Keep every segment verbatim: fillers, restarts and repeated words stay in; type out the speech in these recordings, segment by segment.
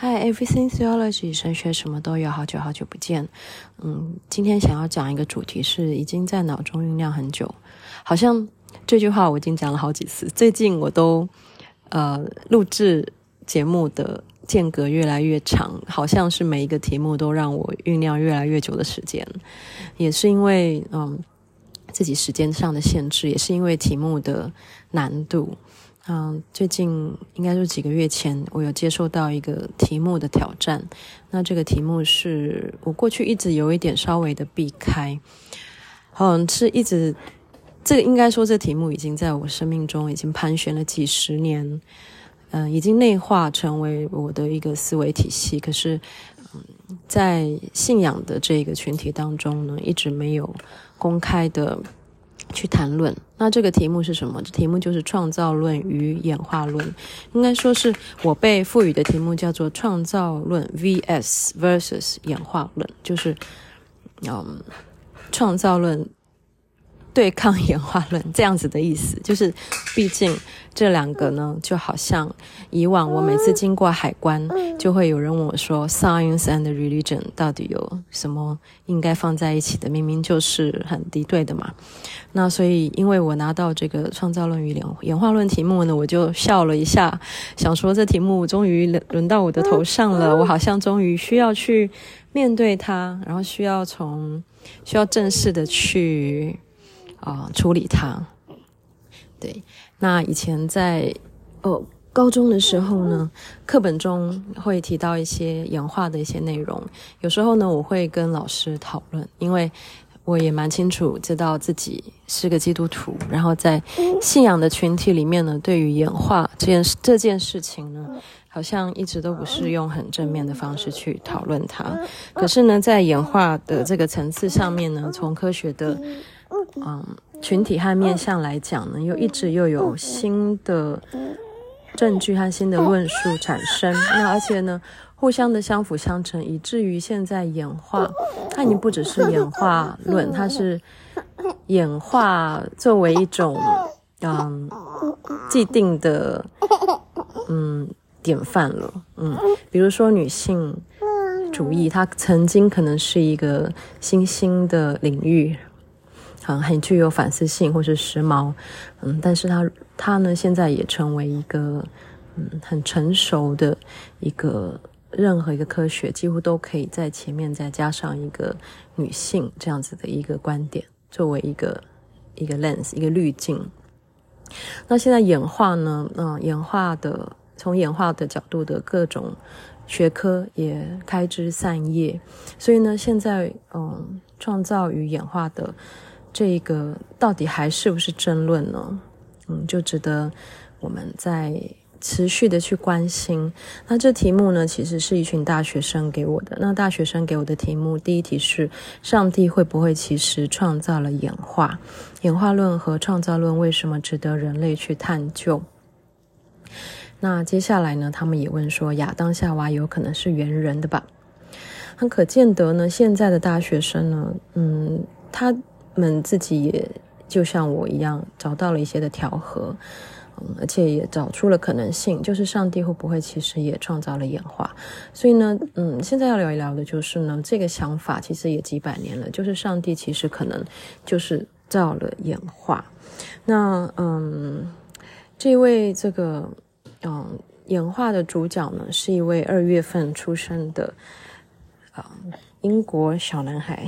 Hi, everything theology， 神学什么都有，好久好久不见。嗯，今天想要讲一个主题是已经在脑中酝酿很久，好像这句话我已经讲了好几次。最近我都呃录制节目的间隔越来越长，好像是每一个题目都让我酝酿越来越久的时间，也是因为嗯自己时间上的限制，也是因为题目的难度。嗯，最近应该是几个月前，我有接受到一个题目的挑战。那这个题目是我过去一直有一点稍微的避开，嗯，是一直这个应该说这题目已经在我生命中已经盘旋了几十年，嗯，已经内化成为我的一个思维体系。可是，嗯，在信仰的这个群体当中呢，一直没有公开的去谈论。那这个题目是什么？这题目就是创造论与演化论，应该说是我被赋予的题目叫做创造论 vs versus 演化论，就是嗯，创造论对抗演化论这样子的意思。就是毕竟这两个呢，就好像以往我每次经过海关，就会有人问我说 Science and religion 到底有什么应该放在一起的，明明就是很敌对的嘛。那所以因为我拿到这个创造论与演化论题目呢，我就笑了一下，想说这题目终于轮到我的头上了，我好像终于需要去面对它，然后需要从需要正式的去啊、呃、处理它。对，那以前在哦高中的时候呢，课本中会提到一些演化的一些内容，有时候呢我会跟老师讨论，因为我也蛮清楚知道自己是个基督徒，然后在信仰的群体里面呢，对于演化这件这件事情呢，好像一直都不是用很正面的方式去讨论它。可是呢，在演化的这个层次上面呢，从科学的嗯群体和面向来讲呢，又一直又有新的证据和新的论述产生。那而且呢，互相的相辅相成，以至于现在演化它已经不只是演化论，它是演化作为一种嗯既定的嗯典范了。嗯，比如说女性主义，它曾经可能是一个新兴的领域，很很具有反思性或是时髦，嗯，但是它它呢现在也成为一个嗯很成熟的一个，任何一个科学几乎都可以在前面再加上一个女性这样子的一个观点，作为一个一个 lens 一个滤镜。那现在演化呢，嗯，演化的从演化的角度的各种学科也开枝散叶，所以呢，现在嗯，创造与演化的这个到底还是不是争论呢？嗯，就值得我们在持续的去关心。那这题目呢，其实是一群大学生给我的。那大学生给我的题目，第一题是上帝会不会其实创造了演化？演化论和创造论为什么值得人类去探究？那接下来呢，他们也问说亚当夏娃有可能是猿人的吧？很可见得呢，现在的大学生呢，嗯，他们自己也就像我一样找到了一些的调和，嗯，而且也找出了可能性，就是上帝会不会其实也创造了演化。所以呢，嗯，现在要聊一聊的就是呢，这个想法其实也几百年了，就是上帝其实可能就是造了演化。那嗯，这位这个嗯演化的主角呢，是一位二月份出生的嗯英国小男孩。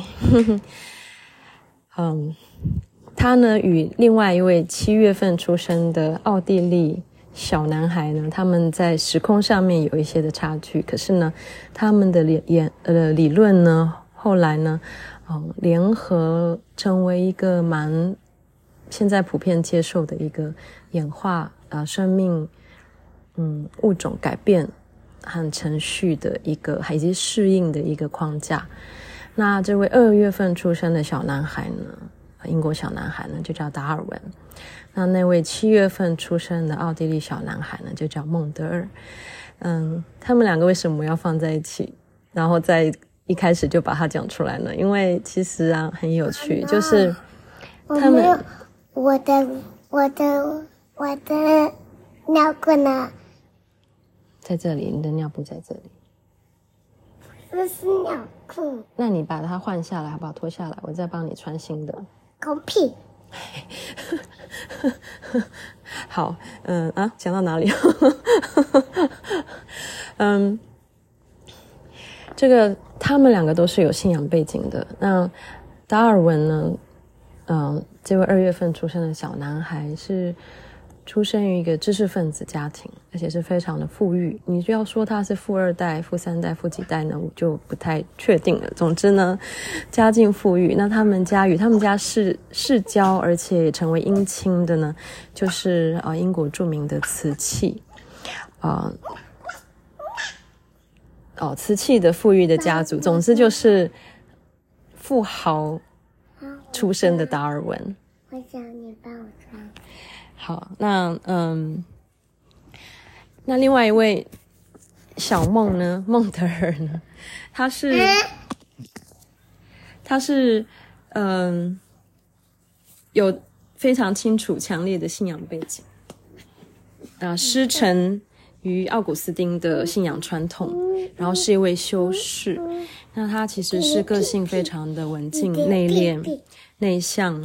嗯，他呢与另外一位七月份出生的奥地利小男孩呢，他们在时空上面有一些的差距，可是呢，他们的理演呃理论呢，后来呢，嗯，联合成为一个蛮现在普遍接受的一个演化啊、呃、生命嗯物种改变和程序的一个以及适应的一个框架。那这位二月份出生的小男孩呢，英国小男孩呢就叫达尔文。那那位七月份出生的奥地利小男孩呢就叫孟德尔。嗯，他们两个为什么要放在一起，然后在一开始就把它讲出来呢？因为其实啊很有趣，就是他们我的我的我的尿布呢？ 在这里，你的尿布在这里。 这是鸟裤。 那你把它换下来好不好？脱下来，我再帮你穿新的。 狗屁。 好，嗯啊，讲到哪里？嗯，这个他们两个都是有信仰背景的。那达尔文呢？嗯，这位二月份出生的小男孩是出生于一个知识分子家庭，而且是非常的富裕。你就要说他是富二代、富三代、富几代呢，我就不太确定了。总之呢，家境富裕。那他们家与他们家世世交，而且也成为姻亲的呢，就是啊、呃、英国著名的瓷器啊。呃、哦，瓷器的富裕的家族，总之就是富豪出身的达尔文。 我想你帮我穿。 好，那嗯，那另外一位小孟呢，孟德尔呢，他是、嗯、他是嗯有非常清楚、强烈的信仰背景啊，师承于奥古斯丁的信仰传统，然后是一位修士。那他其实是个性非常的文静、内敛、内向。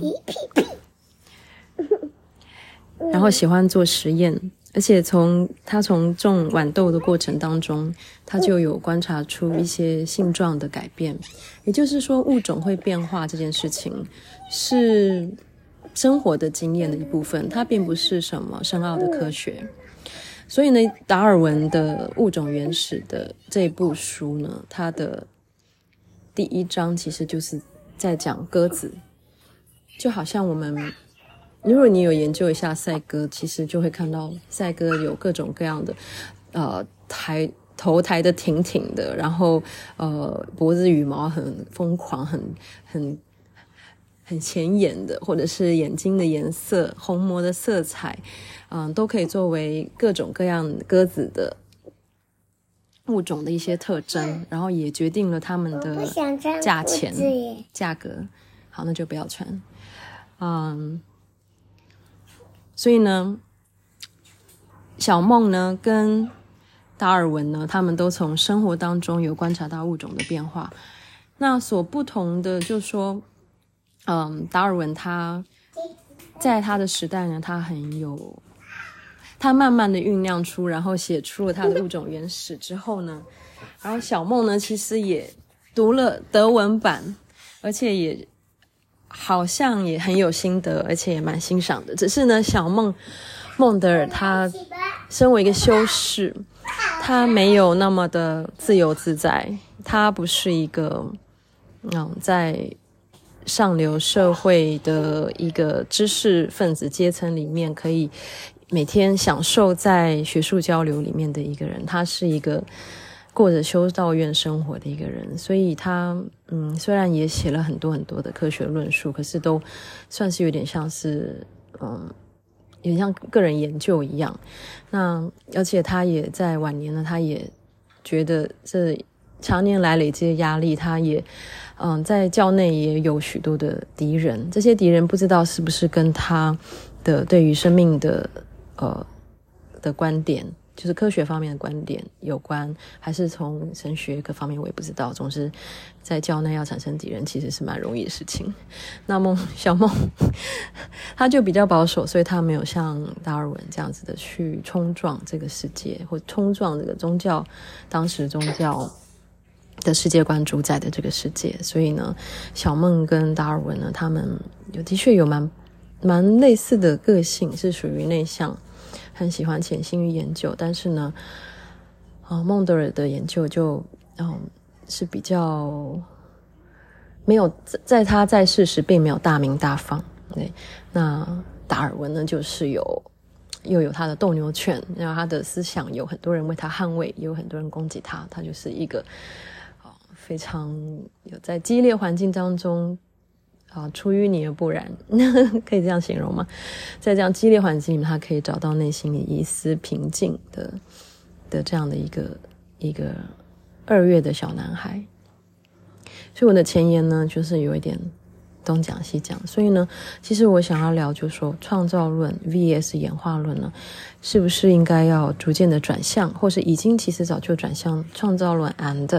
然后喜欢做实验，而且从他从种豌豆的过程当中，他就有观察出一些性状的改变。也就是说，物种会变化这件事情是生活的经验的一部分，它并不是什么深奥的科学。所以呢，达尔文的《物种原始》的这部书呢，它的第一章其实就是在讲鸽子，就好像我们。如果你有研究一下赛鸽，其实就会看到赛鸽有各种各样的，呃，抬头抬得挺挺的，然后呃脖子羽毛很疯狂、很很很显眼的，或者是眼睛的颜色、虹膜的色彩，嗯、呃，都可以作为各种各样鸽子的物种的一些特征，然后也决定了它们的价钱、价格。好，那就不要穿，嗯。所以呢，小孟呢跟达尔文呢，他们都从生活当中有观察到物种的变化。那所不同的就是说，嗯，达尔文他在他的时代呢，他很有，他慢慢的酝酿出，然后写出了他的《物种原始》之后呢，然后小孟呢其实也读了德文版，而且也。好像也很有心得，而且也蛮欣赏的。只是呢，小孟孟德尔他身为一个修士，他没有那么的自由自在。他不是一个嗯，在上流社会的一个知识分子阶层里面，可以每天享受在学术交流里面的一个人。他是一个过着修道院生活的一个人，所以他嗯，虽然也写了很多很多的科学论述，可是都算是有点像是嗯，有点像个人研究一样。那而且他也在晚年呢，他也觉得这常年来累积的压力，他也嗯，在教内也有许多的敌人，这些敌人不知道是不是跟他的对于生命的呃的观点。就是科学方面的观点有关，还是从神学各方面我也不知道。总之在教内要产生敌人其实是蛮容易的事情。那么小孟他就比较保守，所以他没有像达尔文这样子的去冲撞这个世界，或冲撞这个宗教当时宗教的世界观主宰的这个世界。所以呢，小孟跟达尔文呢，他们有的确有蛮蛮类似的个性，是属于内向，很喜欢潜心于研究，但是呢，呃，孟德尔的研究就嗯是比较没有在他在世时并没有大名大放。对，那达尔文呢，就是有又有他的斗牛犬，然后他的思想有很多人为他捍卫，也有很多人攻击他，他就是一个、呃、非常有在激烈环境当中。啊，出淤泥而不染，可以这样形容吗？在这样激烈环境里面，他可以找到内心里一丝平静的的这样的一个一个二月的小男孩。所以我的前言呢，就是有一点东讲西讲。所以呢，其实我想要聊，就是说创造论 V S 演化论呢，是不是应该要逐渐的转向，或是已经其实早就转向创造论 and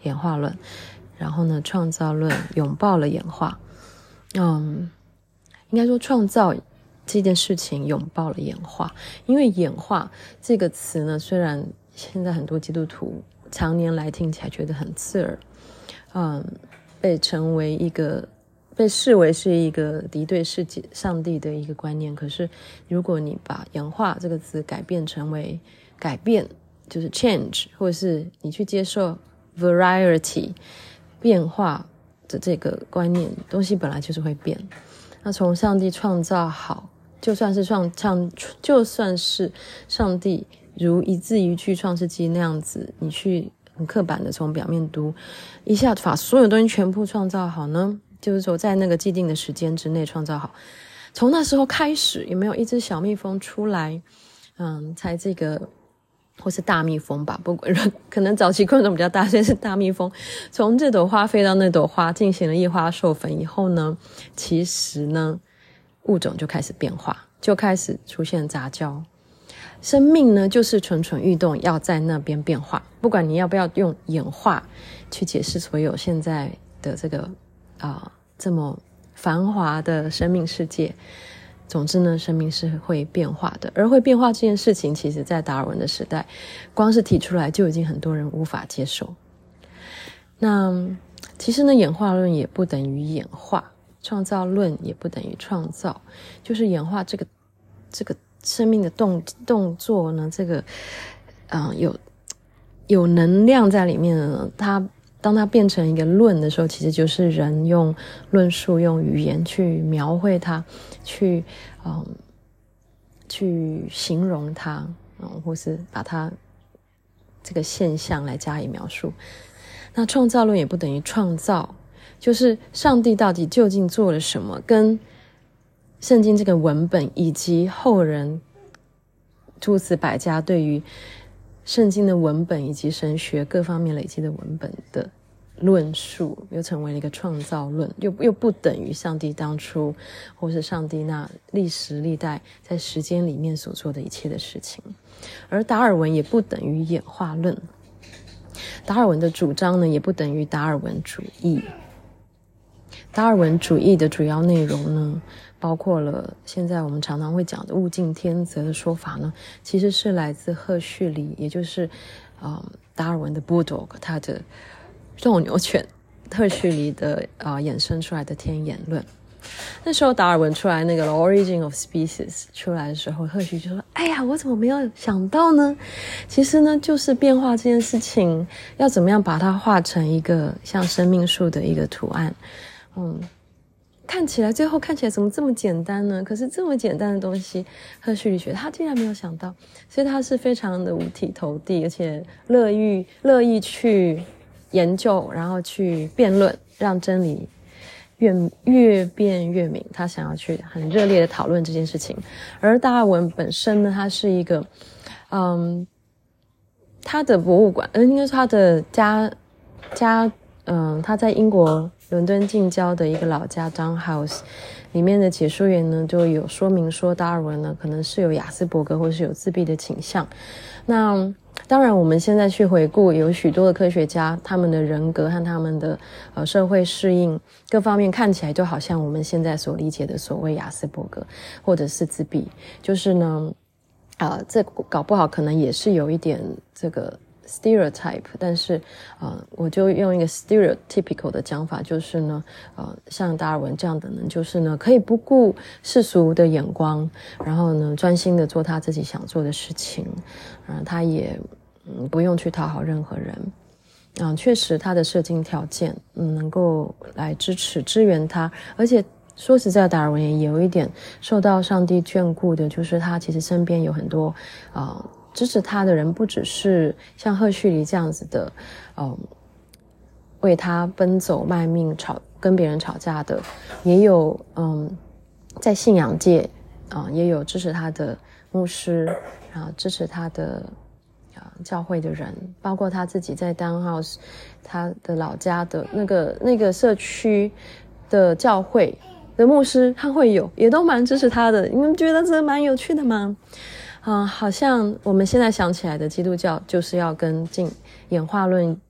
演化论，然后呢，创造论拥抱了演化。嗯，应该说创造这件事情拥抱了演化，因为演化这个词呢，虽然现在很多基督徒常年来听起来觉得很刺耳，嗯，被成为一个被视为是一个敌对世界上帝的一个观念，可是如果你把演化这个词改变成为改变，就是 change， 或者是你去接受 variety 变化的这个观念，东西本来就是会变。那从上帝创造好，就算是创创就算是上帝如一字一句创世纪那样子，你去很刻板的从表面读一下，把所有东西全部创造好呢，就是说在那个既定的时间之内创造好。从那时候开始，有没有一只小蜜蜂出来，嗯，才这个或是大蜜蜂吧，不管可能早期昆虫比较大，现在是大蜜蜂从这朵花飞到那朵花，进行了一花授粉以后呢，其实呢物种就开始变化，就开始出现杂交。生命呢就是蠢蠢欲动，要在那边变化，不管你要不要用演化去解释所有现在的这个啊、呃、这么繁华的生命世界，总之呢生命是会变化的。而会变化这件事情，其实在达尔文的时代光是提出来就已经很多人无法接受。那其实呢演化论也不等于演化，创造论也不等于创造，就是演化这个这个生命的动动作呢，这个嗯、呃、有有能量在里面呢，它当它变成一个论的时候，其实就是人用论述用语言去描绘它，去嗯去形容它，嗯，或是把它这个现象来加以描述。那创造论也不等于创造，就是上帝到底究竟做了什么，跟圣经这个文本以及后人诸子百家对于圣经的文本以及神学各方面累积的文本的论述，又成为了一个创造论，又又不等于上帝当初或是上帝那历时历代在时间里面所做的一切的事情。而达尔文也不等于演化论，达尔文的主张呢也不等于达尔文主义。达尔文主义的主要内容呢，包括了现在我们常常会讲的物竞天择的说法呢，其实是来自赫胥黎，也就是呃达尔文的 Bulldog， 他的斗牛犬赫胥黎的呃衍生出来的天演论。那时候达尔文出来那个 The Origin of Species 出来的时候，赫胥就说：哎呀，我怎么没有想到呢？其实呢就是变化这件事情要怎么样把它画成一个像生命树的一个图案。嗯，看起来最后看起来怎么这么简单呢？可是这么简单的东西，赫胥黎觉得他竟然没有想到，所以他是非常的五体投地，而且乐意乐意去研究，然后去辩论，让真理越越辩越明。他想要去很热烈的讨论这件事情。而达尔文本身呢，他是一个，嗯，他的博物馆，呃，应该说他的家家，嗯，他在英国伦敦近郊的一个老家 Down House 里面的解说员呢，就有说明说达尔文呢可能是有亚斯伯格或是有自闭的倾向。那当然我们现在去回顾，有许多的科学家他们的人格和他们的呃社会适应各方面看起来就好像我们现在所理解的所谓亚斯伯格或者是自闭，就是呢呃这搞不好可能也是有一点这个stereotype， 但是呃我就用一个 stereotypical 的讲法，就是呢呃像达尔文这样的人，就是呢可以不顾世俗的眼光，然后呢专心的做他自己想做的事情，呃他也嗯不用去讨好任何人。嗯、呃、确实他的社经条件嗯能够来支持支援他，而且说实在达尔文也有一点受到上帝眷顾的，就是他其实身边有很多呃支持他的人，不只是像赫胥黎这样子的嗯，为他奔走卖命吵跟别人吵架的，也有嗯在信仰界啊、嗯、也有支持他的牧师，然后支持他的啊、呃、教会的人，包括他自己在 Downhouse 他的老家的那个那个社区的教会的牧师和会友也都蛮支持他的。你们觉得这蛮有趣的吗？嗯，好像我们现在想起来的基督教就是要跟进演化论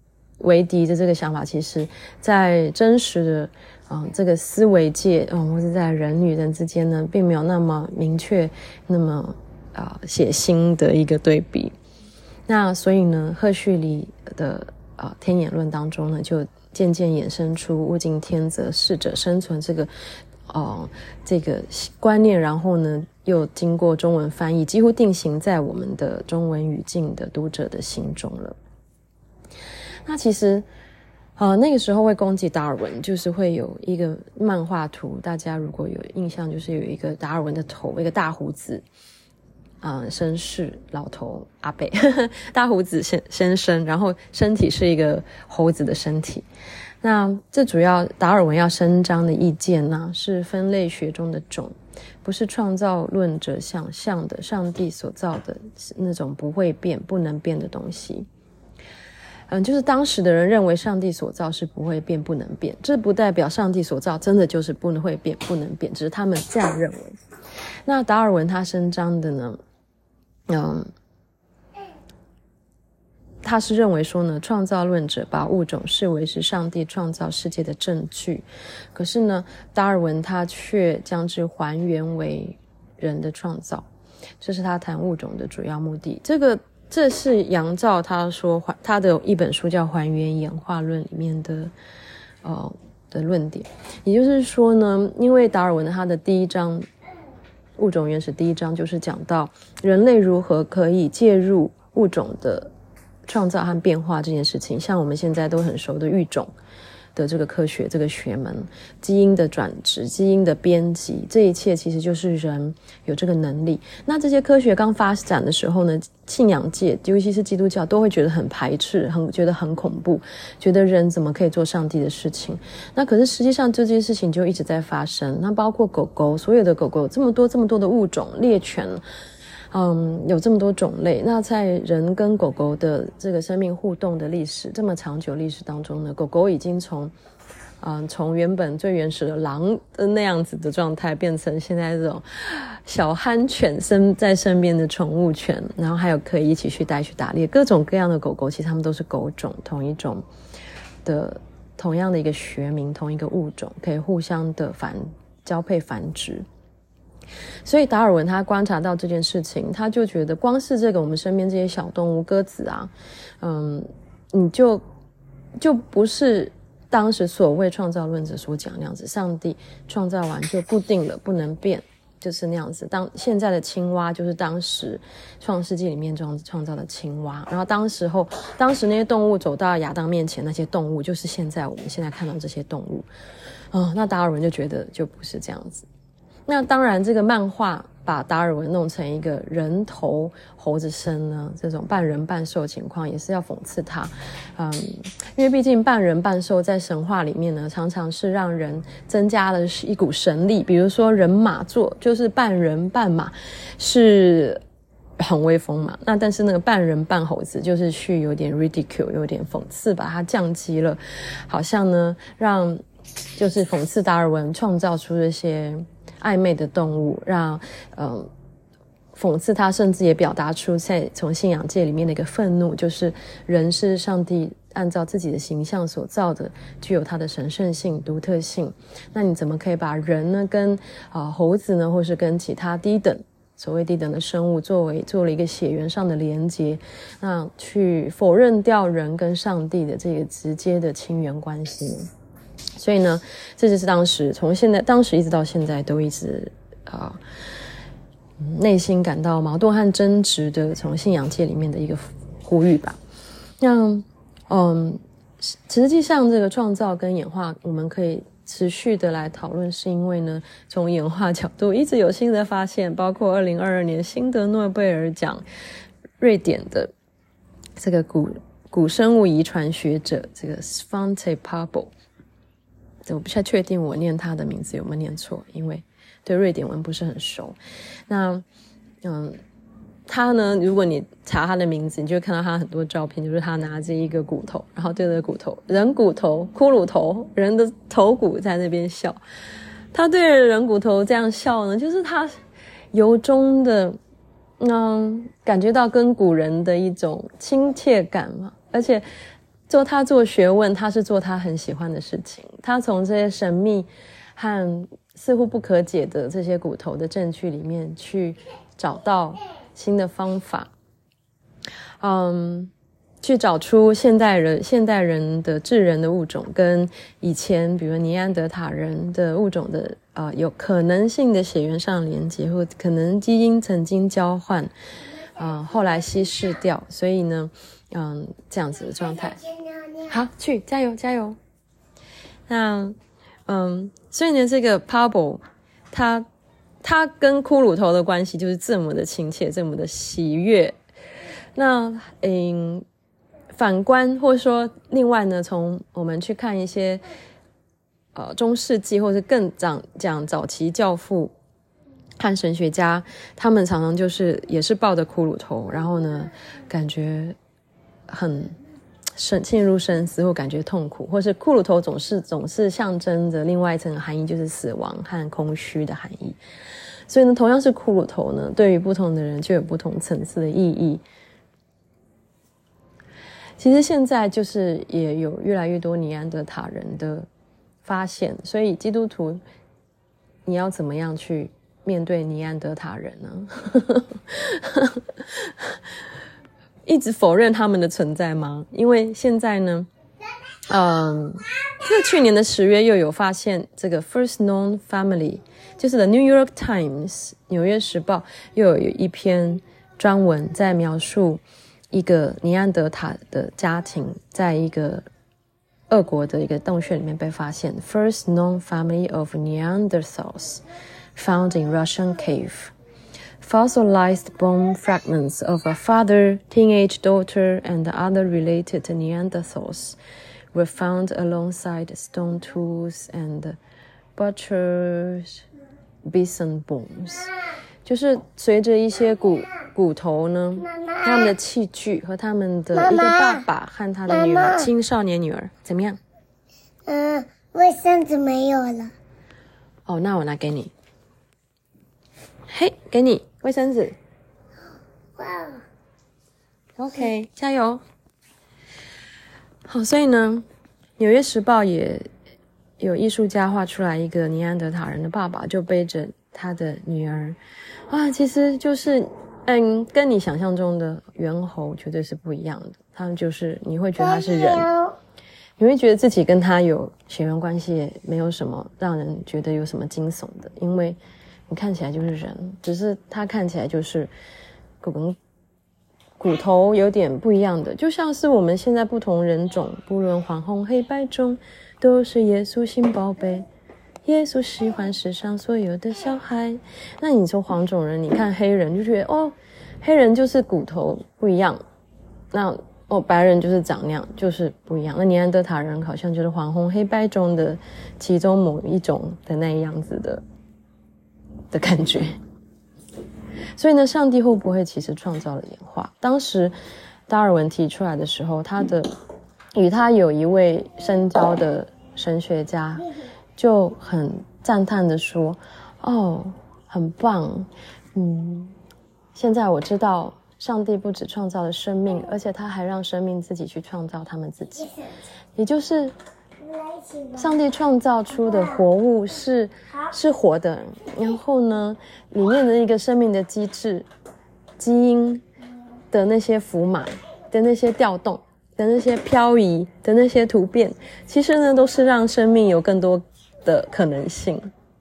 为敌的这个想法，其实在真实的嗯这个思维界，嗯或者在人与人之间呢，并没有那么明确，那么啊、呃、血腥的一个对比。那所以呢，赫胥黎的啊、呃、天演论当中呢，就渐渐衍生出物竞天择，适者生存这个呃这个观念，然后呢又经过中文翻译，几乎定型在我们的中文语境的读者的心中了。那其实呃那个时候会攻击达尔文，就是会有一个漫画图，大家如果有印象，就是有一个达尔文的头，一个大胡子嗯，绅士老头阿伯大胡子先先生，然后身体是一个猴子的身体。那这主要达尔文要伸张的意见呢、啊，是分类学中的种，不是创造论者想象的上帝所造的那种不会变不能变的东西。嗯，就是当时的人认为上帝所造是不会变不能变，这不代表上帝所造真的就是不会变不能变，只是他们这样认为。那达尔文他伸张的呢嗯，他是认为说呢，创造论者把物种视为是上帝创造世界的证据，可是呢，达尔文他却将之还原为人的创造，这是他谈物种的主要目的。这个这是杨照他说他的一本书叫《还原演化论》里面的呃的论点，也就是说呢，因为达尔文他的第一章物种原始第一章就是讲到人类如何可以介入物种的创造和变化这件事情，像我们现在都很熟的育种的这个科学这个学门，基因的转殖，基因的编辑，这一切其实就是人有这个能力。那这些科学刚发展的时候呢，信仰界尤其是基督教都会觉得很排斥，很觉得很恐怖，觉得人怎么可以做上帝的事情。那可是实际上这件事情就一直在发生。那包括狗狗，所有的狗狗有这么多这么多的物种，猎犬嗯，有这么多种类，那在人跟狗狗的这个生命互动的历史，这么长久历史当中呢，狗狗已经从嗯，从原本最原始的狼的那样子的状态，变成现在这种小憨犬身在身边的宠物犬，然后还有可以一起去带去打猎，各种各样的狗狗，其实它们都是狗种，同一种的同样的一个学名，同一个物种，可以互相的繁交配繁殖。所以达尔文他观察到这件事情，他就觉得光是这个我们身边这些小动物鸽子啊，嗯，你就就不是当时所谓创造论者所讲那样子，上帝创造完就固定了不能变，就是那样子。当现在的青蛙就是当时创世纪里面创创造的青蛙，然后当时候当时那些动物走到亚当面前，那些动物就是现在我们现在看到这些动物。哦，那达尔文就觉得就不是这样子。那当然这个漫画把达尔文弄成一个人头猴子身呢，这种半人半兽情况也是要讽刺他。嗯，因为毕竟半人半兽在神话里面呢，常常是让人增加了一股神力，比如说人马座就是半人半马，是很威风嘛。那但是那个半人半猴子就是去有点 ridicule， 有点讽刺，把它降级了，好像呢让就是讽刺达尔文创造出这些暧昧的动物，让呃讽刺他，甚至也表达出在从信仰界里面的一个愤怒，就是人是上帝按照自己的形象所造的，具有它的神圣性、独特性。那你怎么可以把人呢跟啊、呃、猴子呢，或是跟其他低等所谓低等的生物作为做了一个血缘上的连结，那去否认掉人跟上帝的这个直接的亲缘关系？所以呢，这就是当时从现在当时一直到现在都一直啊、呃、内心感到矛盾和争执的，从信仰界里面的一个呼吁吧。那嗯，实际上这个创造跟演化，我们可以持续的来讨论，是因为呢，从演化角度一直有新的发现，包括二零二二年新的诺贝尔奖，瑞典的这个古古生物遗传学者这个 Svante Pääbo。我不太确定我念他的名字有没有念错，因为对瑞典文不是很熟。那嗯，他呢，如果你查他的名字，你就会看到他很多照片，就是他拿着一个骨头，然后对着骨头，人骨头、骷髅头、人的头骨在那边笑。他对着人骨头这样笑呢，就是他由衷的嗯感觉到跟古人的一种亲切感嘛，而且做他做学问，他是做他很喜欢的事情。他从这些神秘和似乎不可解的这些骨头的证据里面去找到新的方法，嗯，去找出现代人现代人的智人的物种跟以前比如尼安德塔人的物种的呃有可能性的血缘上连接，或可能基因曾经交换，呃后来稀释掉，所以呢嗯这样子的状态。好，去加油加油。那嗯所以呢这个 Pablo 他他跟骷髅头的关系就是这么的亲切，这么的喜悦。那嗯反观或者说另外呢，从我们去看一些呃中世纪或是更讲讲早期教父和神学家，他们常常就是也是抱着骷髅头，然后呢感觉很深陷入深思或感觉痛苦，或是骷髅头总是总是象征着另外一层含义，就是死亡和空虚的含义。所以呢同样是骷髅头呢，对于不同的人就有不同层次的意义。其实现在就是也有越来越多尼安德塔人的发现，所以基督徒你要怎么样去面对尼安德塔人呢？一直否认他们的存在吗？因为现在呢嗯，这去年的十月又有发现这个 First Known Family， 就是 The New York Times 纽约时报又有一篇专文在描述一个尼安德塔的家庭在一个俄国的一个洞穴里面被发现， First known family of Neanderthals found in Russian cave. Fossilized bone fragments of a father, teenage daughter, and other related Neanderthals were found alongside stone tools and butcher's bison bones. 就是随着一些骨骨头呢，他们的器具和他们的一个爸爸和他的女儿，青少年女儿怎么样？ 嗯，卫生纸没有了。 哦，那我拿给你。嘿，给你卫生纸。 哇 OK， 加油。好，所以呢，纽约时报也有艺术家画出来一个尼安德塔人的爸爸，就背着他的女儿。啊，其实就是嗯，跟你想象中的猿猴绝对是不一样的。他们就是你会觉得他是人，你会觉得自己跟他有血缘关系，也没有什么让人觉得有什么惊悚的，因为你看起来就是人，只是他看起来就是骨跟骨头有点不一样的，就像是我们现在不同人种，不论黄红黑白中，都是耶稣心宝贝。耶稣喜欢世上所有的小孩。那你说黄种人，你看黑人就觉得哦，黑人就是骨头不一样，那哦白人就是长那样，就是不一样。那尼安德塔人好像就是黄红黑白中的其中某一种的那样子的的感觉。所以呢，上帝会不会其实创造了演化？当时达尔文提出来的时候，他的与他有一位深交的神学家就很赞叹的说，哦，很棒，嗯，现在我知道上帝不只创造了生命，而且他还让生命自己去创造他们自己，也就是上帝创造出的活物是是活的，然后呢里面的一个生命的机制，基因的那些符码的那些调动的那些漂移的那些突变，其实呢都是让生命有更多的可能性。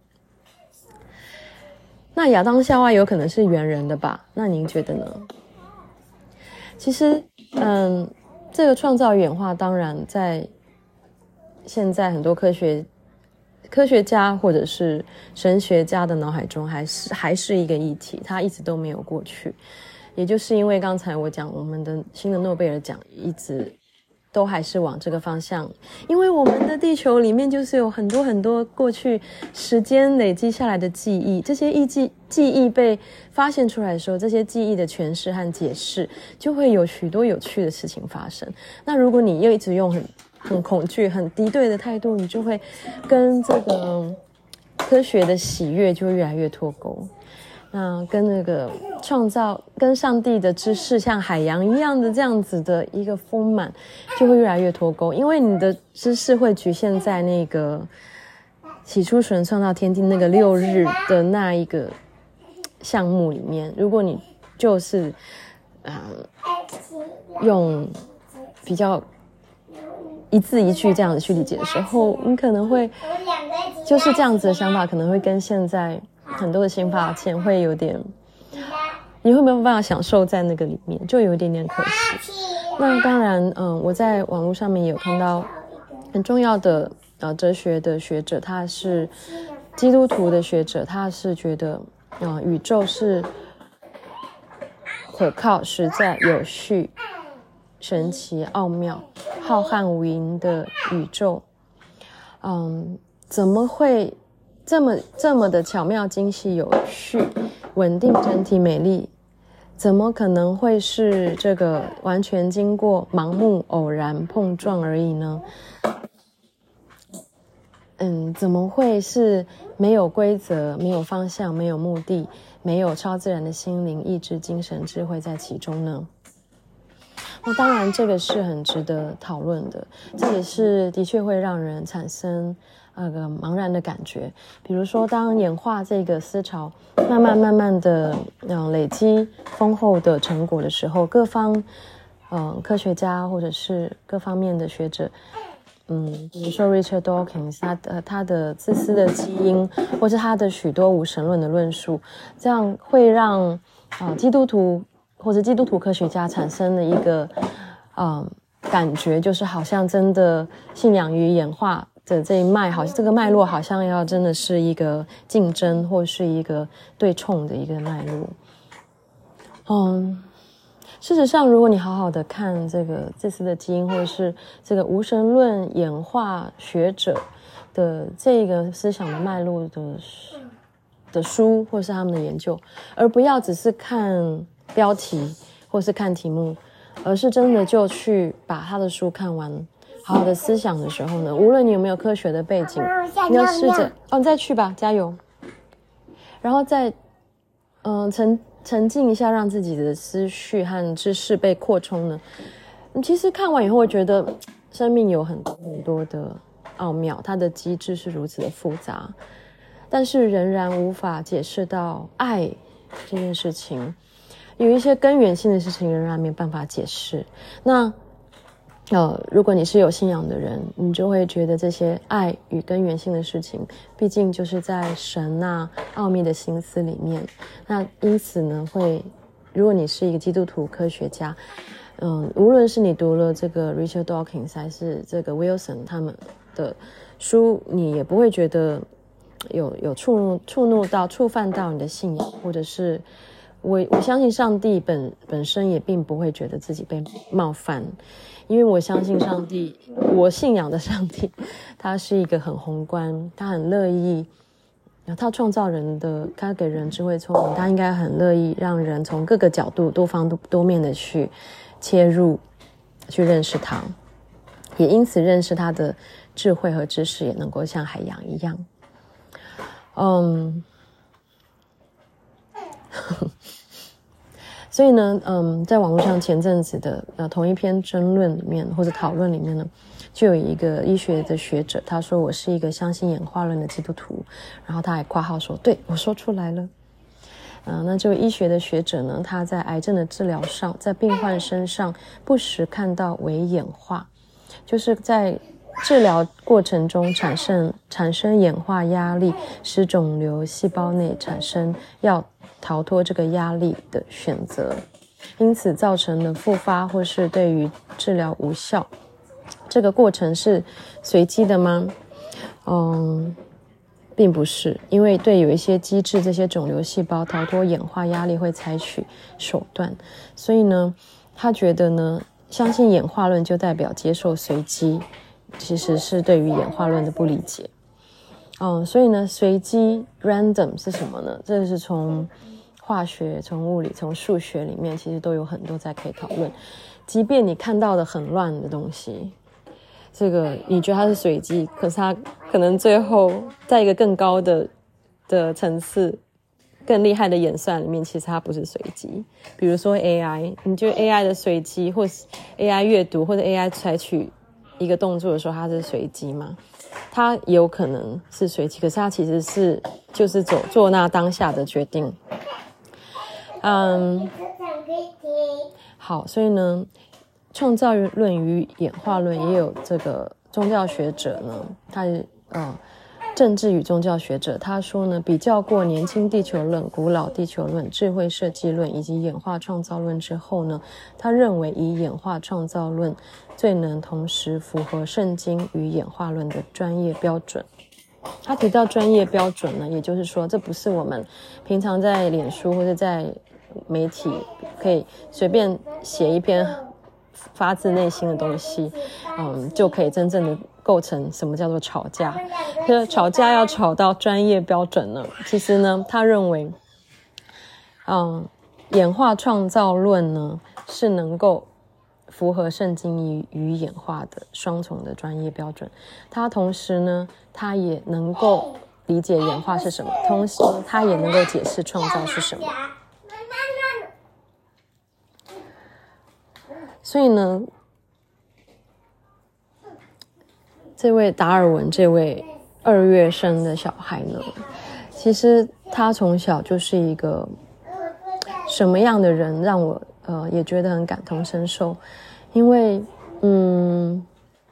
那亚当夏娃有可能是猿人的吧？那您觉得呢？其实嗯，这个创造演化当然在现在很多科学科学家或者是神学家的脑海中还是还是一个议题，它一直都没有过去。也就是因为刚才我讲我们的新的诺贝尔奖一直都还是往这个方向，因为我们的地球里面就是有很多很多过去时间累积下来的记忆，这些忆记记忆被发现出来的时候，这些记忆的诠释和解释就会有许多有趣的事情发生。那如果你又一直用很很恐惧很敌对的态度，你就会跟这个科学的喜悦就会越来越脱钩。 那跟那个创造跟上帝的知识像海洋一样的这样子的一个丰满，就会越来越脱钩，因为你的知识会局限在那个起初神创造天地那个六日的那一个项目里面。如果你就是嗯用比较一字一句这样子去理解的时候，你可能会就是这样子的想法可能会跟现在很多的新发现会有点，你会没有办法享受在那个里面，就有一点点可惜。那当然嗯，我在网络上面也有看到很重要的呃哲学的学者，他是基督徒的学者，他是觉得呃宇宙是可靠、实在、有序、神奇、奥妙、浩瀚无垠的宇宙，嗯，怎么会这么这么的巧妙、精细、有序、稳定、整体、美丽？怎么可能会是这个完全经过盲目、偶然、碰撞而已呢？嗯，怎么会是没有规则、没有方向、没有目的、没有超自然的心灵、意志、精神、智慧在其中呢？那当然，这个是很值得讨论的，这也是的确会让人产生那个茫然的感觉。比如说，当演化这个思潮慢慢慢慢的嗯累积丰厚的成果的时候，各方嗯科学家或者是各方面的学者。嗯，比如说 Richard Dawkins 他的他的自私的基因，或是他的许多无神论的论述，这样会让啊、呃、基督徒或者基督徒科学家产生了一个嗯感觉，就是好像真的信仰与演化的这一脉，好像这个脉络好像要真的是一个竞争或是一个对冲的一个脉络。嗯。事实上，如果你好好的看这个自私的基因，或者是这个无神论演化学者的这个思想的脉络的的书，或是他们的研究，而不要只是看标题或是看题目，而是真的就去把他的书看完，好好的思想的时候呢，无论你有没有科学的背景，你要试着哦，你再去吧，加油，然后再嗯沉。沉浸一下，让自己的思绪和知识被扩充呢。你其实看完以后会觉得生命有很多很多的奥妙，它的机制是如此的复杂，但是仍然无法解释到爱这件事情，有一些根源性的事情仍然没有办法解释。那呃，如果你是有信仰的人，你就会觉得这些爱与根源性的事情，毕竟就是在神啊奥秘的心思里面。那因此呢，会如果你是一个基督徒科学家，嗯，无论是你读了这个 Richard Dawkins 还是这个 Wilson 他们的书，你也不会觉得有有触怒触怒到触犯到你的信仰，或者是我我相信上帝本本身也并不会觉得自己被冒犯。因为我相信上帝，我信仰的上帝，他是一个很宏观，他很乐意，他创造人的，他给人智慧聪明，他应该很乐意让人从各个角度、多方多面的去切入，去认识他，也因此认识他的智慧和知识也能够像海洋一样。嗯。所以呢，嗯，在网络上前阵子的呃同一篇争论里面或者讨论里面呢，就有一个医学的学者，他说我是一个相信演化论的基督徒，然后他还括号说，对，我说出来了。嗯、呃，那这位医学的学者呢，他在癌症的治疗上，在病患身上不时看到微演化，就是在治疗过程中产生产生演化压力，使肿瘤细胞内产生要逃脱这个压力的选择，因此造成了复发或是对于治疗无效。这个过程是随机的吗？嗯，并不是，因为对有一些机制，这些肿瘤细胞逃脱演化压力会采取手段，所以呢，他觉得呢，相信演化论就代表接受随机，其实是对于演化论的不理解。嗯，所以呢，随机 random 是什么呢？这是从化学、从物理、从数学里面，其实都有很多在可以讨论。即便你看到的很乱的东西，这个你觉得它是随机，可是它可能最后在一个更高的的层次， 更厉害的演算里面，其实它不是随机。比如说 A I， 你觉得 A I 的随机，或是 A I 阅读，或者 A I 采取一个动作的时候，它是随机吗？它也有可能是随机，可是它其实是就是走做那当下的决定。嗯，好，所以呢，创造论与演化论也有这个宗教学者呢，他呃。政治与宗教学者他说呢，比较过年轻地球论、古老地球论、智慧设计论以及演化创造论之后呢，他认为以演化创造论最能同时符合圣经与演化论的专业标准。他提到专业标准呢，也就是说这不是我们平常在脸书或者在媒体可以随便写一篇发自内心的东西，嗯，就可以真正的构成什么叫做吵架。就是吵架要吵到专业标准呢，其实呢，他认为，嗯，演化创造论呢是能够符合圣经与与演化的双重的专业标准。他同时呢，他也能够理解演化是什么，同时他也能够解释创造是什么。所以呢，这位达尔文这位二月生的小孩呢，其实他从小就是一个什么样的人，让我呃也觉得很感同身受。因为嗯，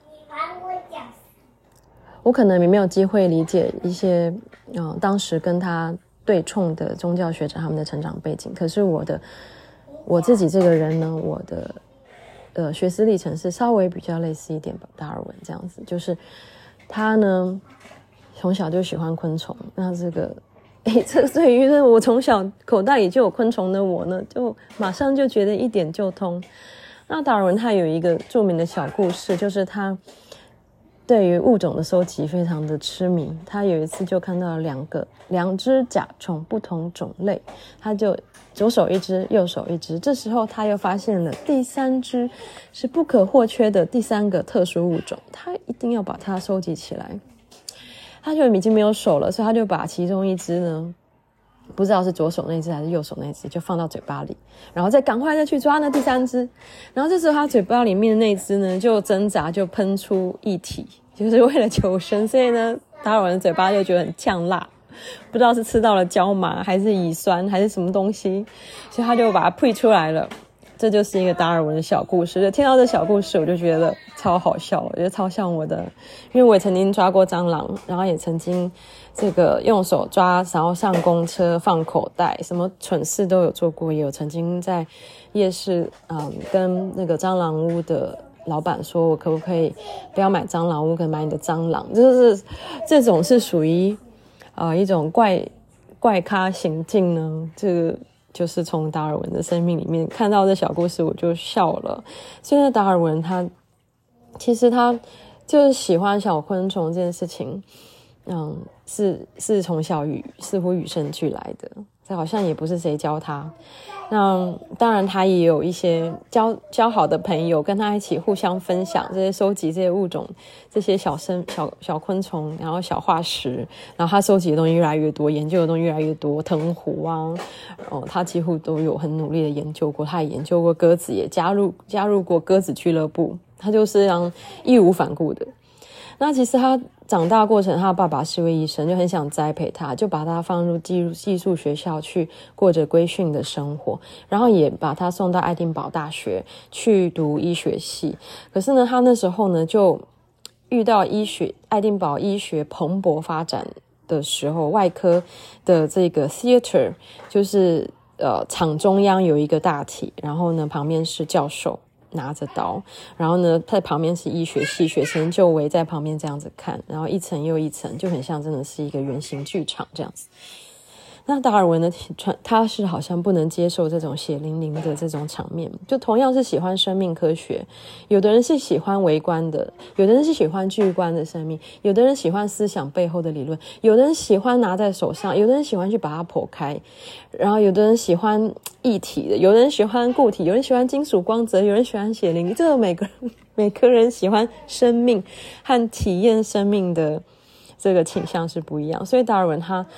我可能也没有机会理解一些呃当时跟他对冲的宗教学者他们的成长背景，可是我的我自己这个人呢，我的呃学思历程是稍微比较类似一点吧，达尔文这样子，就是他呢从小就喜欢昆虫。那这个诶这对于我从小口袋里就有昆虫的我呢，就马上就觉得一点就通。那达尔文他有一个著名的小故事，就是他对于物种的收集非常的痴迷。他有一次就看到了两个两只甲虫不同种类，他就左手一只右手一只，这时候他又发现了第三只是不可或缺的第三个特殊物种，他一定要把它收集起来。他就已经没有手了，所以他就把其中一只呢，不知道是左手那只还是右手那只，就放到嘴巴里，然后再赶快再去抓那第三只。然后这时候他嘴巴里面的那只呢就挣扎，就喷出液体，就是为了求生。所以呢，达尔文的嘴巴就觉得很呛辣，不知道是吃到了椒麻还是乙酸还是什么东西，所以他就把它呸出来了。这就是一个达尔文的小故事。听到这小故事我就觉得超好笑，我觉得超像我的，因为我也曾经抓过蟑螂，然后也曾经这个用手抓，然后上公车放口袋，什么蠢事都有做过。也有曾经在夜市嗯，跟那个蟑螂屋的老板说，我可不可以不要买蟑螂屋，可以买你的蟑螂。就是这种是属于呃一种怪怪咖行径呢，这个就是从达尔文的生命里面看到这小故事我就笑了。所以达尔文他其实他就是喜欢小昆虫这件事情，嗯，是是从小与似乎与生俱来的，这好像也不是谁教他。那当然他也有一些交交好的朋友跟他一起互相分享这些收集这些物种，这些小生小小昆虫，然后小化石，然后他收集的东西越来越多，研究的东西越来越多，藤壶啊，哦，他几乎都有很努力的研究过。他也研究过鸽子，也加入加入过鸽子俱乐部，他就是这样义无反顾的。那其实他长大过程，他的爸爸是位医生，就很想栽培他，就把他放入寄寄宿学校去过着规训的生活，然后也把他送到爱丁堡大学去读医学系。可是呢，他那时候呢就遇到医学爱丁堡医学蓬勃发展的时候，外科的这个 theater 就是呃场中央有一个大体，然后呢旁边是教授拿着刀，然后呢在旁边是医学系，学生就围在旁边这样子看，然后一层又一层，就很像真的是一个圆形剧场这样子。那达尔文呢，他是好像不能接受这种血淋淋的这种场面，就同样是喜欢生命科学，有的人是喜欢微观的，有的人是喜欢巨观的生命，有的人喜欢思想背后的理论，有的人喜欢拿在手上，有的人喜欢去把它剖开，然后有的人喜欢液体的，有的人喜欢固体，有人喜欢金属光泽，有人喜欢血淋淋，这个每个人每个人喜欢生命和体验生命的这个倾向是不一样。所以达尔文他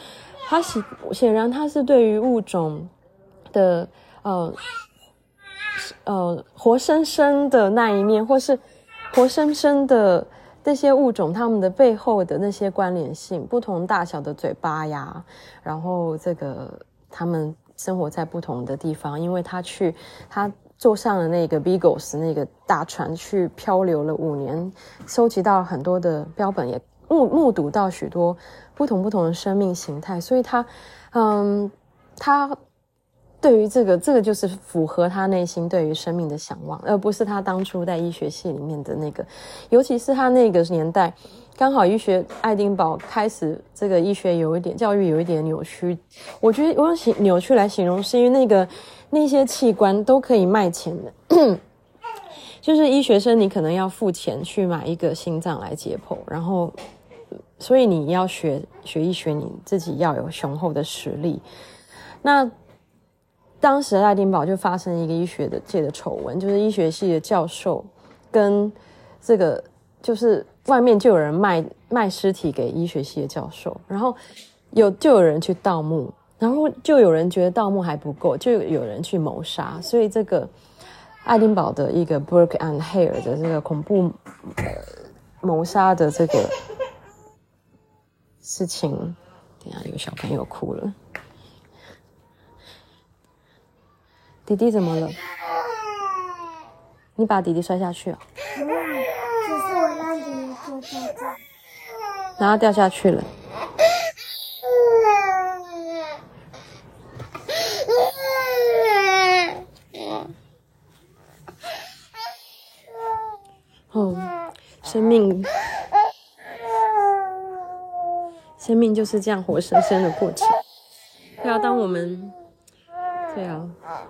他显然他是对于物种的呃呃活生生的那一面，或是活生生的这些物种它们的背后的那些关联性，不同大小的嘴巴呀，然后这个他们生活在不同的地方，因为他去他坐上了那个 Beagles 那个大船去漂流了五年，收集到很多的标本，也目目睹到许多不同不同的生命形态，所以他嗯他对于这个这个就是符合他内心对于生命的向往，而不是他当初在医学系里面的那个，尤其是他那个年代刚好医学爱丁堡开始这个医学有一点教育有一点扭曲，我觉得我用扭曲来形容是因为那个那些器官都可以卖钱的就是医学生你可能要付钱去买一个心脏来解剖，然后所以你要学学医学你自己要有雄厚的实力。那当时爱丁堡就发生一个医学的界的丑闻，就是医学系的教授跟这个就是外面就有人卖卖尸体给医学系的教授，然后有就有人去盗墓，然后就有人觉得盗墓还不够，就有人去谋杀，所以这个爱丁堡的一个 Burke and Hare 的这个恐怖、呃、谋杀的这个事情，等一下有个小朋友哭了。弟弟怎么了？你把弟弟摔下去哦。 嗯，就是我让弟弟坐在这， 然后掉下去了。哦，生命，生命就是这样活生生的过程。对啊，当我们，对啊。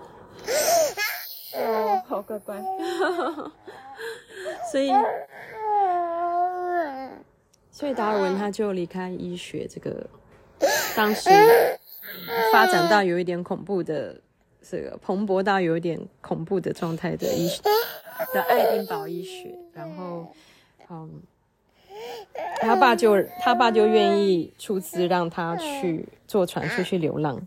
哦，好乖乖，所以，所以达尔文他就离开医学这个，当时发展到有一点恐怖的，这个蓬勃到有一点恐怖的状态的医学的爱丁堡医学，然后，嗯，他爸就他爸就愿意出资让他去坐船出去流浪。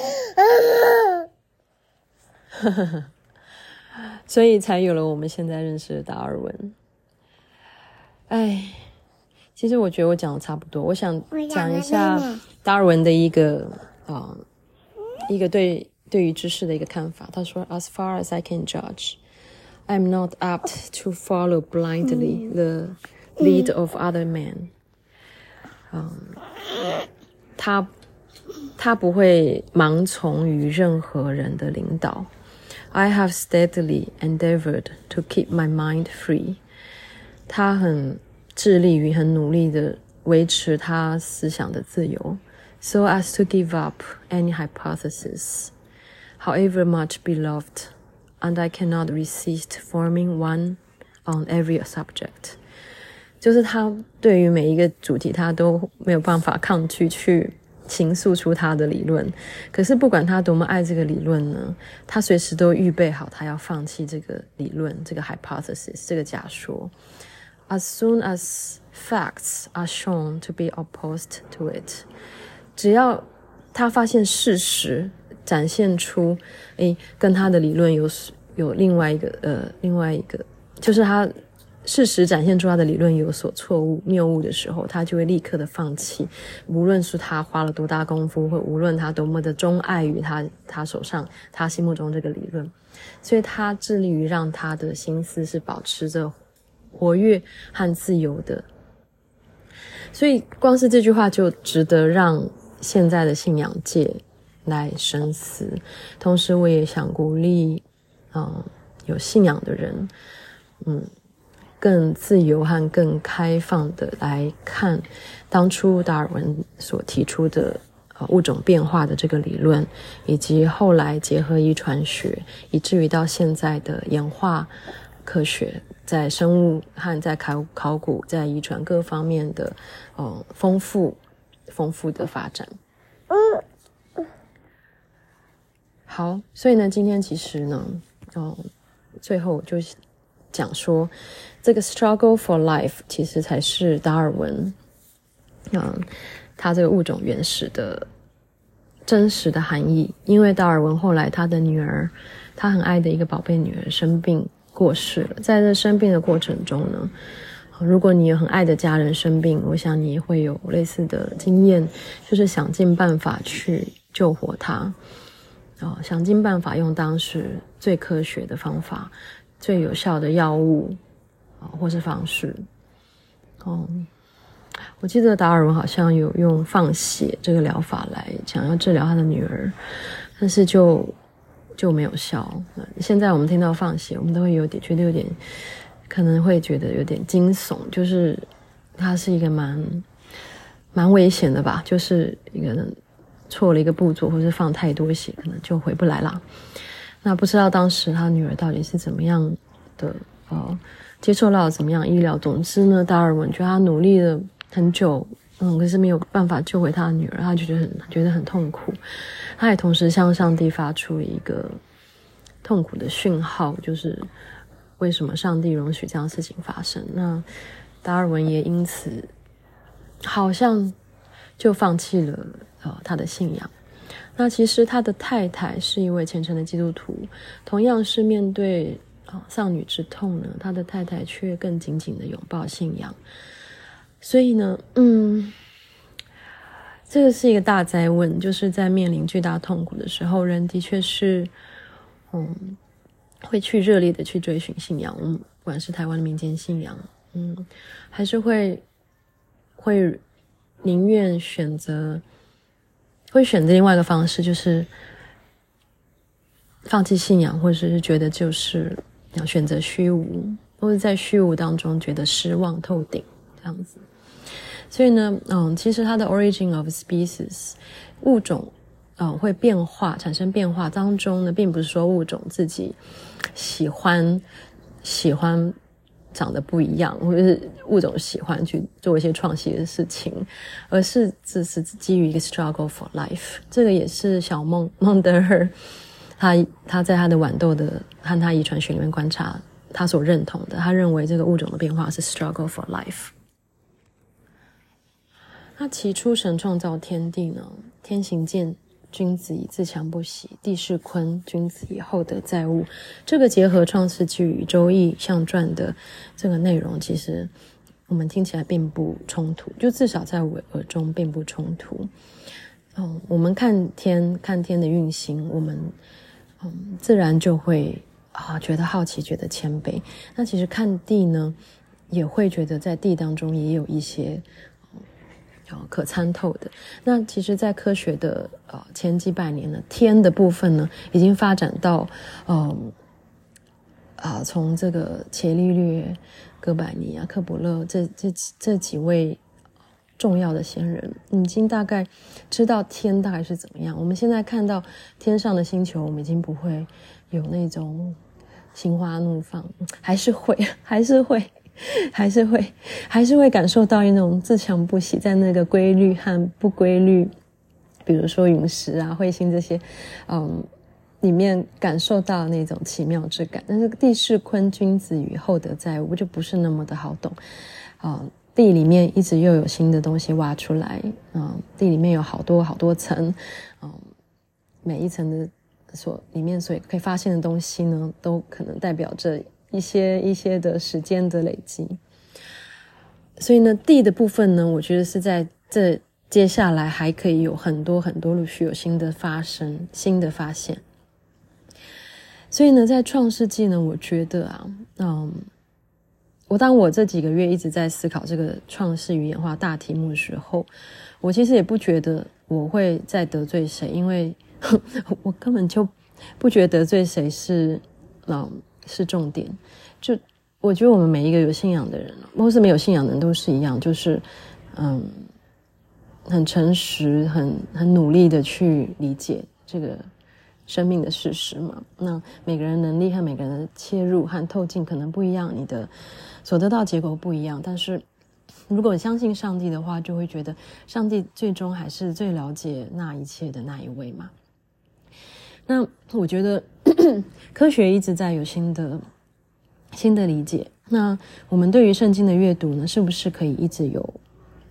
所以才有了我们现在认识的达尔文。哎，其实我觉得我讲的差不多，我想讲一下达尔文的一个啊、呃、一个对对于知识的一个看法。他说 ，As far as I can judge, I'm not apt to follow blindly the lead of other men。嗯，他他不会盲从于任何人的领导。I have steadily endeavored to keep my mind free。他很致力于、很努力的维持他思想的自由 ，so as to give up any hypothesis, however much beloved, and I cannot resist forming one on every subject。就是他对于每一个主题，他都没有办法抗拒去倾诉出他的理论，可是不管他多么爱这个理论呢，他随时都预备好他要放弃这个理论，这个 hypothesis， 这个假说。As soon as facts are shown to be opposed to it， 只要他发现事实展现出诶跟他的理论有有另外一个呃另外一个就是他事实展现出他的理论有所错误谬误的时候，他就会立刻的放弃，无论是他花了多大功夫，或无论他多么的钟爱于他他手上他心目中这个理论，所以他致力于让他的心思是保持着活跃和自由的。所以光是这句话就值得让现在的信仰界来深思。同时我也想鼓励嗯有信仰的人嗯更自由和更开放的来看当初达尔文所提出的、呃、物种变化的这个理论，以及后来结合遗传学，以至于到现在的演化科学，在生物和在考考古、在遗传各方面的、呃、丰富丰富的发展。好，所以呢，今天其实呢，哦，最后我就讲说，这个 struggle for life 其实才是达尔文，嗯，他这个物种原始的真实的含义。因为达尔文后来他的女儿，他很爱的一个宝贝女儿生病过世了，在这生病的过程中呢，如果你有很爱的家人生病，我想你也会有类似的经验，就是想尽办法去救活他，哦，想尽办法用当时最科学的方法、最有效的药物，哦，或是方式。哦，我记得达尔文好像有用放血这个疗法来想要治疗他的女儿，但是就就没有效。现在我们听到放血，我们都会有点觉得有点。可能会觉得有点惊悚，就是它是一个蛮蛮危险的吧，就是一个人错了一个步骤，或是放太多血，可能就回不来啦。那不知道当时他女儿到底是怎么样的，呃，接受到怎么样医疗。总之呢，达尔文觉得他努力了很久，嗯，可是没有办法救回他的女儿，他就觉得很觉得很痛苦。他也同时向上帝发出一个痛苦的讯号，就是为什么上帝容许这样的事情发生？那达尔文也因此好像就放弃了呃他的信仰。那其实他的太太是一位虔诚的基督徒，同样是面对呃丧女之痛呢，他的太太却更紧紧的拥抱信仰。所以呢，嗯，这个是一个大哉问，就是在面临巨大痛苦的时候，人的确是嗯。会去热烈的去追寻信仰，嗯，不管是台湾的民间信仰，嗯，还是会会宁愿选择会选择另外一个方式，就是放弃信仰，或者是觉得就是要选择虚无，或者在虚无当中觉得失望透顶这样子。所以呢，嗯，其实它的 origin of species 物种。呃，会变化产生变化当中呢，并不是说物种自己喜欢喜欢长得不一样，或者是物种喜欢去做一些创新的事情，而是这是基于一个 struggle for life。这个也是小孟孟德尔他他在他的豌豆的和他遗传学里面观察他所认同的，他认为这个物种的变化是 struggle for life。那起初神创造天地呢，天行健，君子以自强不息，地势坤，君子以厚德载物。这个结合创世纪与周易象传的这个内容，其实我们听起来并不冲突，就至少在我耳中并不冲突。嗯，我们看天看天的运行，我们嗯自然就会啊觉得好奇，觉得谦卑。那其实看地呢，也会觉得在地当中也有一些可参透的。那其实在科学的呃前几百年呢，天的部分呢已经发展到嗯啊、呃、从这个伽利略、哥白尼啊、克卜勒这这这几位重要的先人，已经大概知道天大概是怎么样。我们现在看到天上的星球，我们已经不会有那种心花怒放，还是会还是会还是会还是会感受到一种自强不息，在那个规律和不规律，比如说陨石啊、彗星这些嗯里面感受到那种奇妙之感。但是地势坤，君子与厚德载物就不是那么的好懂啊、嗯。地里面一直又有新的东西挖出来，嗯，地里面有好多好多层，嗯，每一层的所里面所可以发现的东西呢，都可能代表着一些一些的时间的累积。所以呢，地的部分呢，我觉得是在这接下来还可以有很多很多陆续有新的发生、新的发现。所以呢，在创世纪呢，我觉得啊，嗯，我当我这几个月一直在思考这个创世与演化大题目的时候，我其实也不觉得我会再得罪谁，因为我根本就不觉得得罪谁是嗯是重点。就我觉得我们每一个有信仰的人，或是没有信仰的人都是一样，就是嗯很诚实、很很努力的去理解这个生命的事实嘛。那每个人能力和每个人的切入和透镜可能不一样，你的所得到结果不一样，但是如果相信上帝的话，就会觉得上帝最终还是最了解那一切的那一位嘛。那我觉得科学一直在有新的新的理解，那我们对于圣经的阅读呢，是不是可以一直有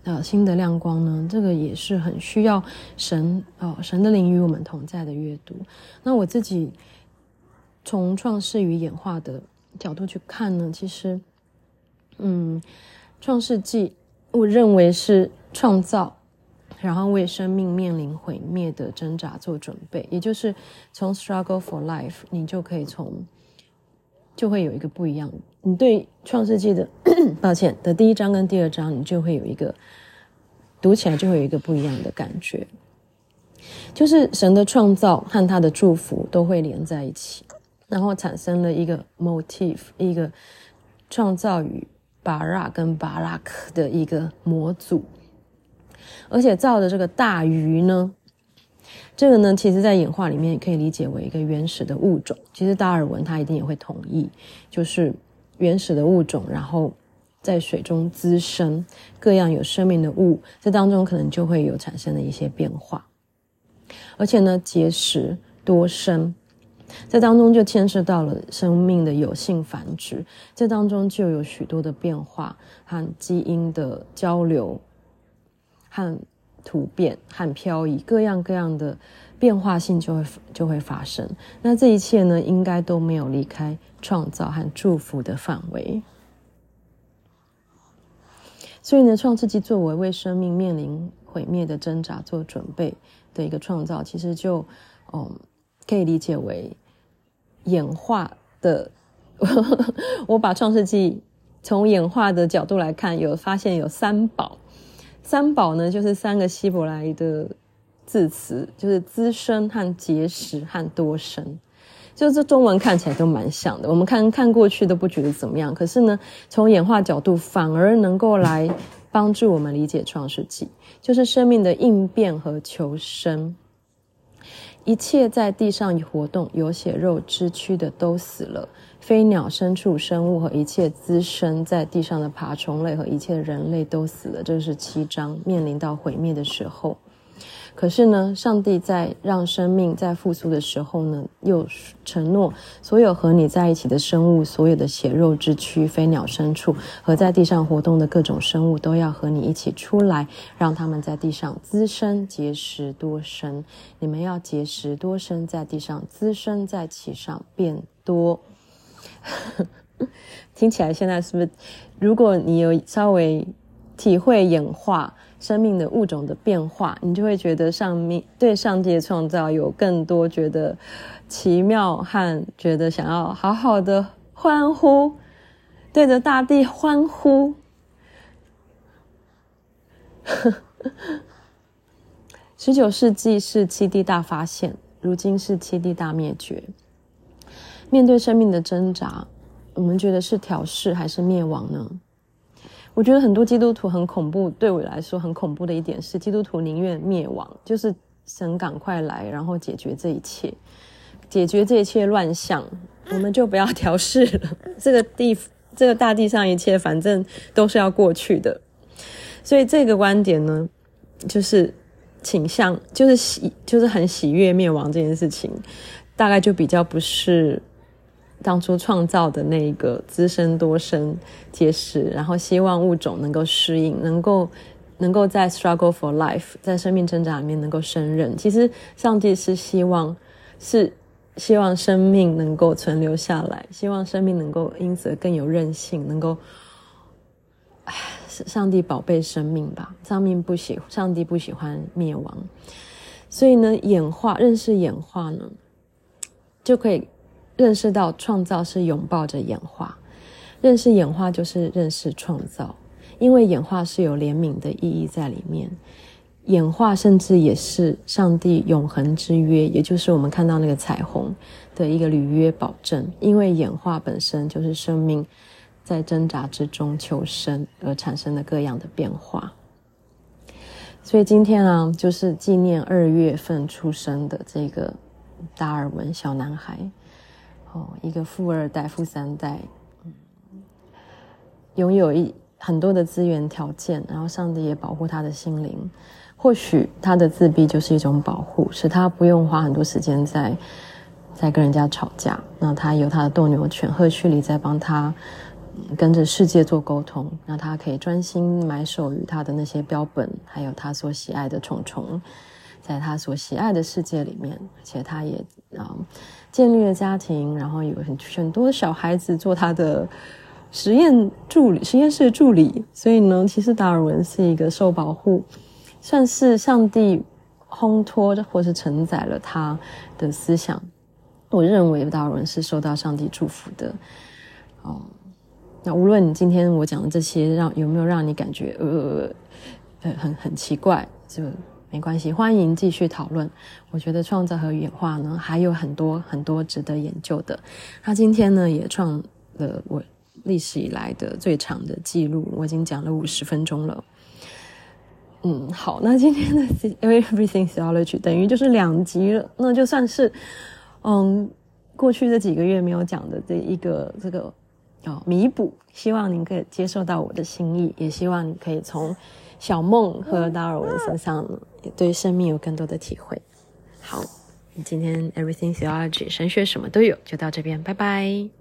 呃新的亮光呢，这个也是很需要神哦神的灵与我们同在的阅读。那我自己从创世与演化的角度去看呢，其实嗯创世纪我认为是创造然后为生命面临毁灭的挣扎做准备，也就是从 struggle for life 你就可以从就会有一个不一样，你对创世纪的抱歉的第一章跟第二章你就会有一个读起来就会有一个不一样的感觉，就是神的创造和他的祝福都会连在一起，然后产生了一个 motif 一个创造与巴拉跟巴拉克的一个模组，而且造的这个大鱼呢，这个呢其实在演化里面也可以理解为一个原始的物种，其实达尔文他一定也会同意，就是原始的物种然后在水中滋生各样有生命的物，这当中可能就会有产生的一些变化，而且呢结实多生，这当中就牵涉到了生命的有性繁殖，这当中就有许多的变化和基因的交流和突变和漂移，各样各样的变化性就会就会发生。那这一切呢，应该都没有离开创造和祝福的范围。所以呢，创世纪作为为生命面临毁灭的挣扎做准备的一个创造，其实就嗯可以理解为演化的我把创世纪从演化的角度来看，有发现有三宝。三宝呢就是三个希伯来的字词，就是滋生和结实和多生，就这中文看起来都蛮像的，我们看看过去都不觉得怎么样，可是呢从演化角度反而能够来帮助我们理解创世纪，就是生命的应变和求生。一切在地上活动有血肉之躯的都死了，飞鸟牲畜生物和一切滋生在地上的爬虫类和一切人类都死了，这是七章面临到毁灭的时候。可是呢，上帝在让生命在复苏的时候呢，又承诺所有和你在一起的生物，所有的血肉之躯，飞鸟牲畜和在地上活动的各种生物都要和你一起出来，让他们在地上滋生结实多生，你们要结实多生在地上，滋生在其上变多听起来现在是不是，如果你有稍微体会演化生命的物种的变化，你就会觉得上面对上帝的创造有更多觉得奇妙和觉得想要好好的欢呼，对着大地欢呼十九世纪是七地大发现，如今是七地大灭绝。面对生命的挣扎，我们觉得是调试还是灭亡呢？我觉得很多基督徒很恐怖，对我来说很恐怖的一点是，基督徒宁愿灭亡，就是神赶快来，然后解决这一切，解决这一切乱象，我们就不要调试了。这个地，这个大地上一切，反正都是要过去的。所以这个观点呢，就是倾向，就是喜，就是很喜悦灭亡这件事情，大概就比较不是当初创造的那个滋生多生结实，然后希望物种能够适应，能够能够在 struggle for life 在生命挣扎里面能够胜任。其实上帝是希望是希望生命能够存留下来，希望生命能够因此更有韧性，能够上帝宝贝生命吧，上帝不喜上帝不喜欢灭亡。所以呢，演化认识演化呢，就可以认识到创造是拥抱着演化，认识演化就是认识创造，因为演化是有怜悯的意义在里面，演化甚至也是上帝永恒之约，也就是我们看到那个彩虹的一个履约保证，因为演化本身就是生命在挣扎之中求生而产生的各样的变化。所以今天啊，就是纪念二月份出生的这个达尔文小男孩，哦，一个富二代、富三代，嗯，拥有一很多的资源条件，然后上帝也保护他的心灵。或许他的自闭就是一种保护，使他不用花很多时间在在跟人家吵架。那他有他的斗牛犬赫胥黎在帮他嗯、跟着世界做沟通，让他可以专心埋首于他的那些标本，还有他所喜爱的虫虫，在他所喜爱的世界里面，而且他也啊、嗯、建立了家庭，然后有很很多小孩子做他的实验助理，实验室的助理。所以呢，其实达尔文是一个受保护，算是上帝烘托或是承载了他的思想。我认为达尔文是受到上帝祝福的。哦，那无论你今天我讲的这些让有没有让你感觉呃呃很很奇怪，就没关系，欢迎继续讨论。我觉得创造和演化呢还有很多很多值得研究的。那今天呢也创了我历史以来的最长的记录，我已经讲了五十分钟了。嗯，好，那今天的 Everything Theology 等于就是两集了，那就算是嗯过去这几个月没有讲的这一个这个哦弥补。希望您可以接受到我的心意，也希望你可以从小梦和达尔文身上也对生命有更多的体会。好，今天 Everything Theology 神学什么都有就到这边，拜拜。